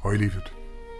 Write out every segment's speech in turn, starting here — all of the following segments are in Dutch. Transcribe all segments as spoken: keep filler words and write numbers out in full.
Hoi lieverd.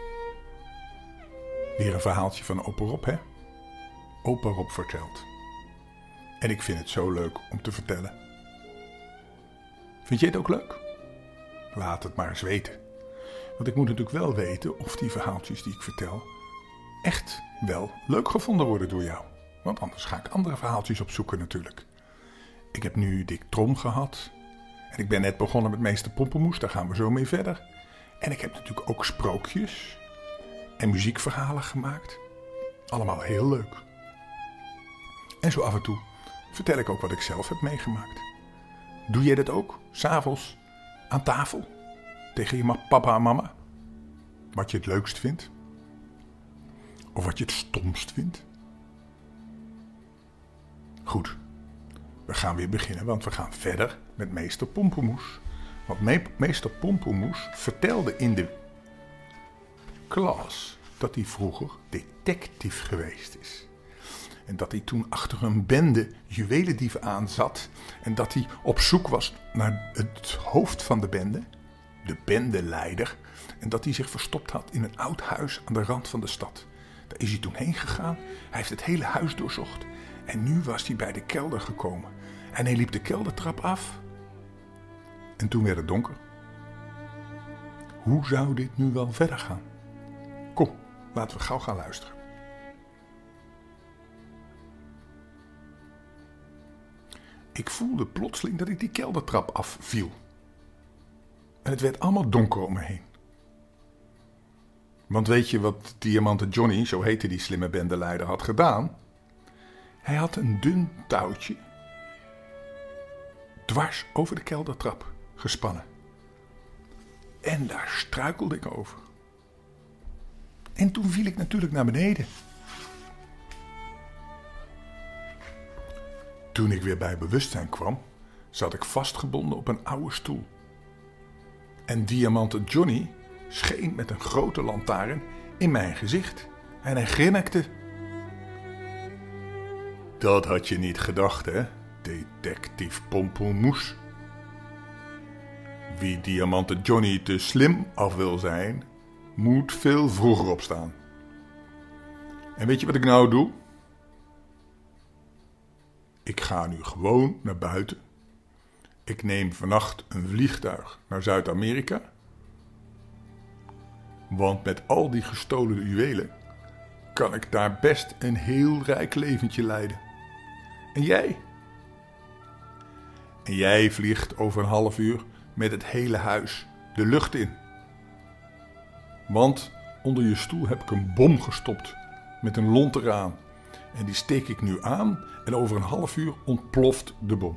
Weer een verhaaltje van opa Rob, hè? Opa Rob vertelt. En ik vind het zo leuk om te vertellen. Vind jij het ook leuk? Laat het maar eens weten. Want ik moet natuurlijk wel weten of die verhaaltjes die ik vertel echt wel leuk gevonden worden door jou. Want anders ga ik andere verhaaltjes opzoeken natuurlijk. Ik heb nu Dick Trom gehad. En ik ben net begonnen met meester Pompemoes. Daar gaan we zo mee verder. En ik heb natuurlijk ook sprookjes en muziekverhalen gemaakt. Allemaal heel leuk. En zo af en toe vertel ik ook wat ik zelf heb meegemaakt. Doe jij dat ook? 'S Avonds aan tafel? Tegen je papa en mama? Wat je het leukst vindt? Of wat je het stomst vindt? Goed. We gaan weer beginnen, want we gaan verder met meester Pompemoes. Want me- meester Pompemoes vertelde in de klas dat hij vroeger detective geweest is. En dat hij toen achter een bende juwelendieven aan zat. En dat hij op zoek was naar het hoofd van de bende, de bendeleider. En dat hij zich verstopt had in een oud huis aan de rand van de stad. Daar is hij toen heen gegaan. Hij heeft het hele huis doorzocht. En nu was hij bij de kelder gekomen. En hij liep de keldertrap af. En toen werd het donker. Hoe zou dit nu wel verder gaan? Kom, laten we gauw gaan luisteren. Ik voelde plotseling dat ik die keldertrap afviel. En het werd allemaal donker om me heen. Want weet je wat Diamanten Johnny, zo heette die slimme bendeleider, had gedaan? Hij had een dun touwtje dwars over de keldertrap gespannen. En daar struikelde ik over. En toen viel ik natuurlijk naar beneden. Toen ik weer bij bewustzijn kwam, zat ik vastgebonden op een oude stoel. En Diamanten Johnny scheen met een grote lantaarn in mijn gezicht. En hij grinnikte. Dat had je niet gedacht, hè, detective Pompemoes. Wie Diamanten Johnny te slim af wil zijn, moet veel vroeger opstaan. En weet je wat ik nou doe? Ik ga nu gewoon naar buiten. Ik neem vannacht een vliegtuig naar Zuid-Amerika. Want met al die gestolen juwelen kan ik daar best een heel rijk leventje leiden. En jij? En jij vliegt over een half uur met het hele huis de lucht in. Want onder je stoel heb ik een bom gestopt met een lont eraan. En die steek ik nu aan en over een half uur ontploft de bom.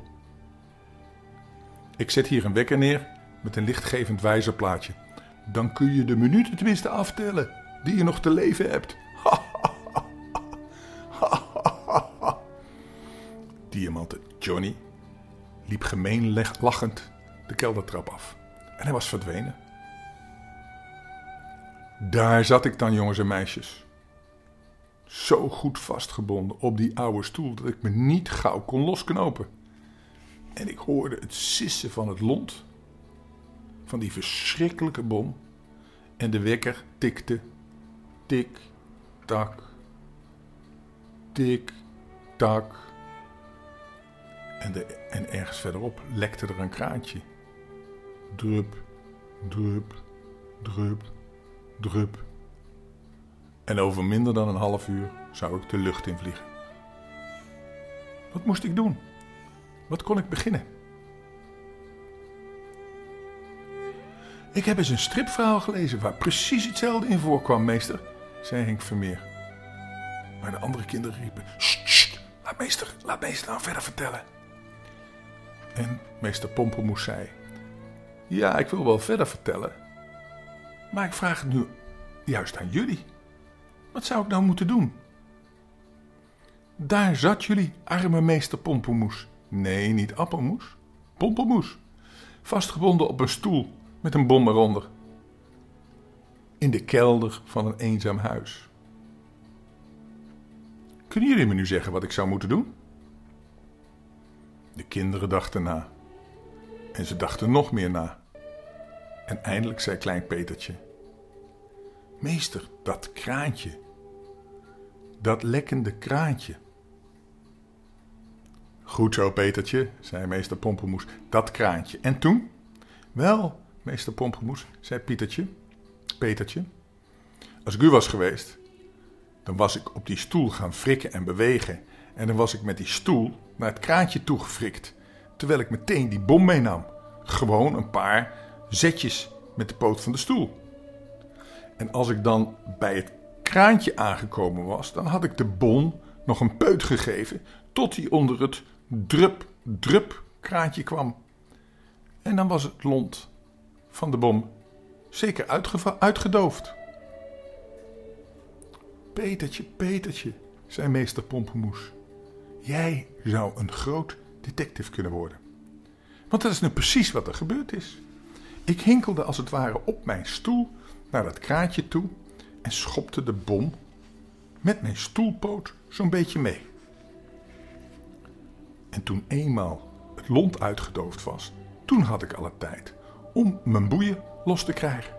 Ik zet hier een wekker neer met een lichtgevend wijzerplaatje. Dan kun je de minuten tenminste aftellen die je nog te leven hebt. Diamanten Johnny liep gemeen lachend de keldertrap af. En hij was verdwenen. Daar zat ik dan, jongens en meisjes. Zo goed vastgebonden op die oude stoel dat ik me niet gauw kon losknopen. En ik hoorde het sissen van het lont, van die verschrikkelijke bom. En de wekker tikte, tik, tak, tik, tak. En, de, en ergens verderop lekte er een kraantje. Drup, drup, drup, drup. En over minder dan een half uur zou ik de lucht in vliegen. Wat moest ik doen? Wat kon ik beginnen? Ik heb eens een stripverhaal gelezen waar precies hetzelfde in voorkwam, meester, zei Henk Vermeer. Maar de andere kinderen riepen, sst, sst, laat meester, laat meester nou verder vertellen. En meester Pompemoes zei, ja, ik wil wel verder vertellen, maar ik vraag het nu juist aan jullie. Wat zou ik nou moeten doen? Daar zat jullie, arme meester Pompemoes. Nee, niet Appelmoes, Pompemoes. Vastgebonden op een stoel met een bom eronder. In de kelder van een eenzaam huis. Kunnen jullie me nu zeggen wat ik zou moeten doen? De kinderen dachten na. En ze dachten nog meer na. En eindelijk zei klein Petertje, Meester, dat kraantje. Dat lekkende kraantje. Goed zo, Petertje, zei meester Pompelmoes, dat kraantje. En toen? Wel, meester Pompelmoes, zei Pietertje, Petertje, als ik u was geweest, dan was ik op die stoel gaan frikken en bewegen. En dan was ik met die stoel naar het kraantje toegefrikt, terwijl ik meteen die bom meenam. Gewoon een paar zetjes met de poot van de stoel. En als ik dan bij het kraantje aangekomen was, dan had ik de bom nog een peut gegeven, tot hij onder het drup, drup kraantje kwam. En dan was het lont van de bom zeker uitgeva- uitgedoofd. Petertje, Petertje, zei meester Pompelmoes, jij zou een groot detective kunnen worden. Want dat is nu precies wat er gebeurd is. Ik hinkelde als het ware op mijn stoel naar dat kraantje toe en schopte de bom met mijn stoelpoot zo'n beetje mee. En toen eenmaal het lont uitgedoofd was, toen had ik alle tijd om mijn boeien los te krijgen.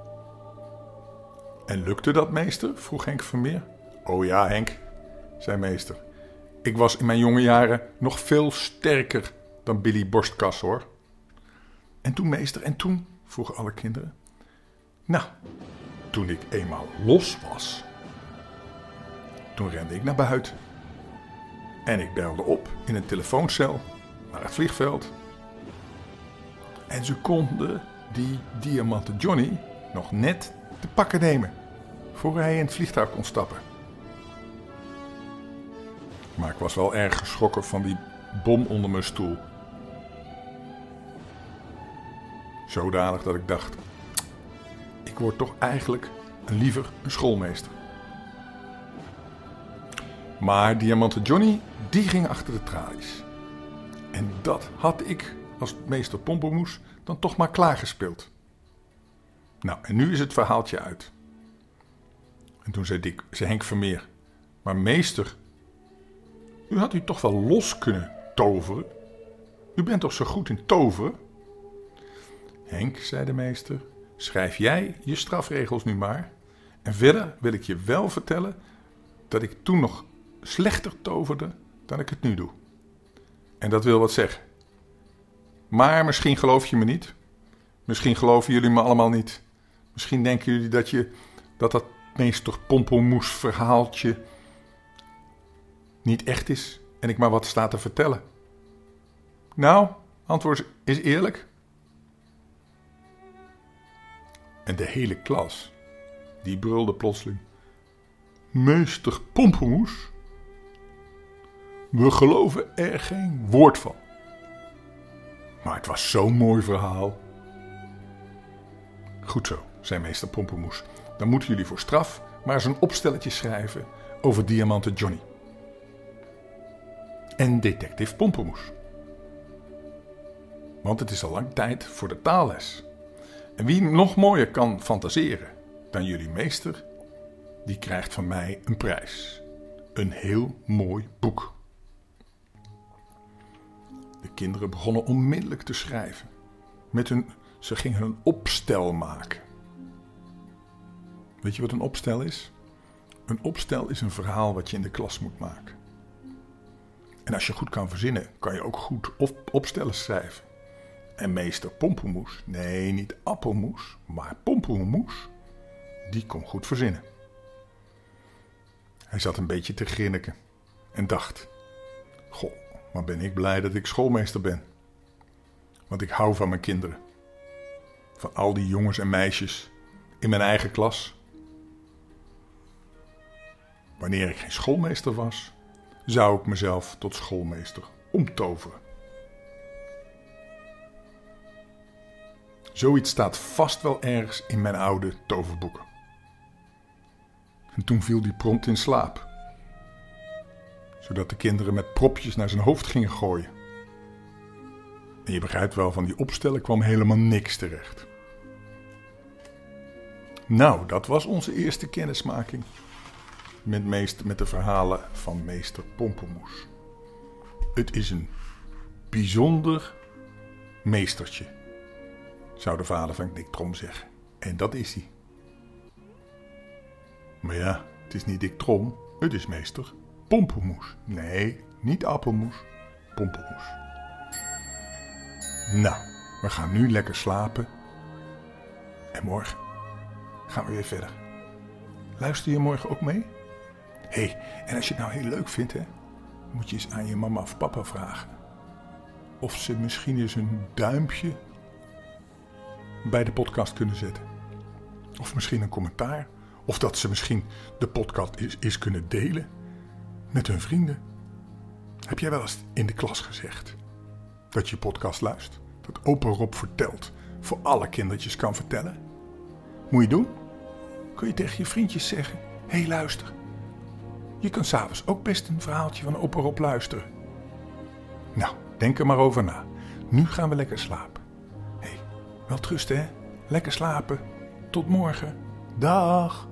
En lukte dat, meester? Vroeg Henk Vermeer. O ja, Henk, zei meester. Ik was in mijn jonge jaren nog veel sterker dan Billy Borstkas, hoor. En toen, meester, en toen? Vroegen alle kinderen. Nou, toen ik eenmaal los was, toen rende ik naar buiten. En ik belde op in een telefooncel naar het vliegveld. En ze konden die diamanten Johnny nog net te pakken nemen, voor hij in het vliegtuig kon stappen. Maar ik was wel erg geschrokken van die bom onder mijn stoel. Zodanig dat ik dacht, ik word toch eigenlijk liever een schoolmeester. Maar diamanten Johnny, die ging achter de tralies. En dat had ik als meester Pompelmoes dan toch maar klaargespeeld. Nou, en nu is het verhaaltje uit. En toen zei, Dick, zei Henk Vermeer, maar meester, u had u toch wel los kunnen toveren? U bent toch zo goed in toveren? Henk, zei de meester, schrijf jij je strafregels nu maar. En verder wil ik je wel vertellen dat ik toen nog slechter toverde dan ik het nu doe. En dat wil wat zeggen. Maar misschien geloof je me niet. Misschien geloven jullie me allemaal niet. Misschien denken jullie dat je dat dat meester Pompelmoes verhaaltje niet echt is en ik maar wat sta te vertellen. Nou, antwoord is eerlijk. En de hele klas, die brulde plotseling, meester Pompelmoes, we geloven er geen woord van. Maar het was zo'n mooi verhaal. Goed zo, zei meester Pompelmoes. Dan moeten jullie voor straf maar eens een opstelletje schrijven over diamanten Johnny. En detective Pompelmoes. Want het is al lang tijd voor de taalles. En wie nog mooier kan fantaseren dan jullie meester, die krijgt van mij een prijs. Een heel mooi boek. De kinderen begonnen onmiddellijk te schrijven. Met hun, ze gingen een opstel maken. Weet je wat een opstel is? Een opstel is een verhaal wat je in de klas moet maken. En als je goed kan verzinnen, kan je ook goed op, opstellen schrijven. En meester Pompelmoes, nee, niet Appelmoes, maar Pompelmoes, die kon goed verzinnen. Hij zat een beetje te grinniken en dacht, goh, maar ben ik blij dat ik schoolmeester ben. Want ik hou van mijn kinderen. Van al die jongens en meisjes in mijn eigen klas. Wanneer ik geen schoolmeester was, zou ik mezelf tot schoolmeester omtoveren. Zoiets staat vast wel ergens in mijn oude toverboeken. En toen viel hij prompt in slaap. Zodat de kinderen met propjes naar zijn hoofd gingen gooien. En je begrijpt wel, van die opstellen kwam helemaal niks terecht. Nou, dat was onze eerste kennismaking met, meester, met de verhalen van meester Pompelmoes. Het is een bijzonder meestertje, zou de vader van Knik Trom zeggen. En dat is hij. Maar ja, het is niet Dick Trom, het is meester Pompelmoes. Nee, niet appelmoes, Pompelmoes. Nou, we gaan nu lekker slapen. En morgen gaan we weer verder. Luister je morgen ook mee? Hé, hey, en als je het nou heel leuk vindt, hè, moet je eens aan je mama of papa vragen. Of ze misschien eens een duimpje bij de podcast kunnen zetten. Of misschien een commentaar. Of dat ze misschien de podcast eens, eens kunnen delen met hun vrienden. Heb jij wel eens in de klas gezegd dat je podcast luistert? Dat opa Rob vertelt voor alle kindertjes kan vertellen? Moet je doen? Kun je tegen je vriendjes zeggen: hé, hey, luister. Je kan s'avonds ook best een verhaaltje van opa Rob luisteren. Nou, denk er maar over na. Nu gaan we lekker slapen. Hé, hey, wel trusten hè? Lekker slapen. Tot morgen. Dag.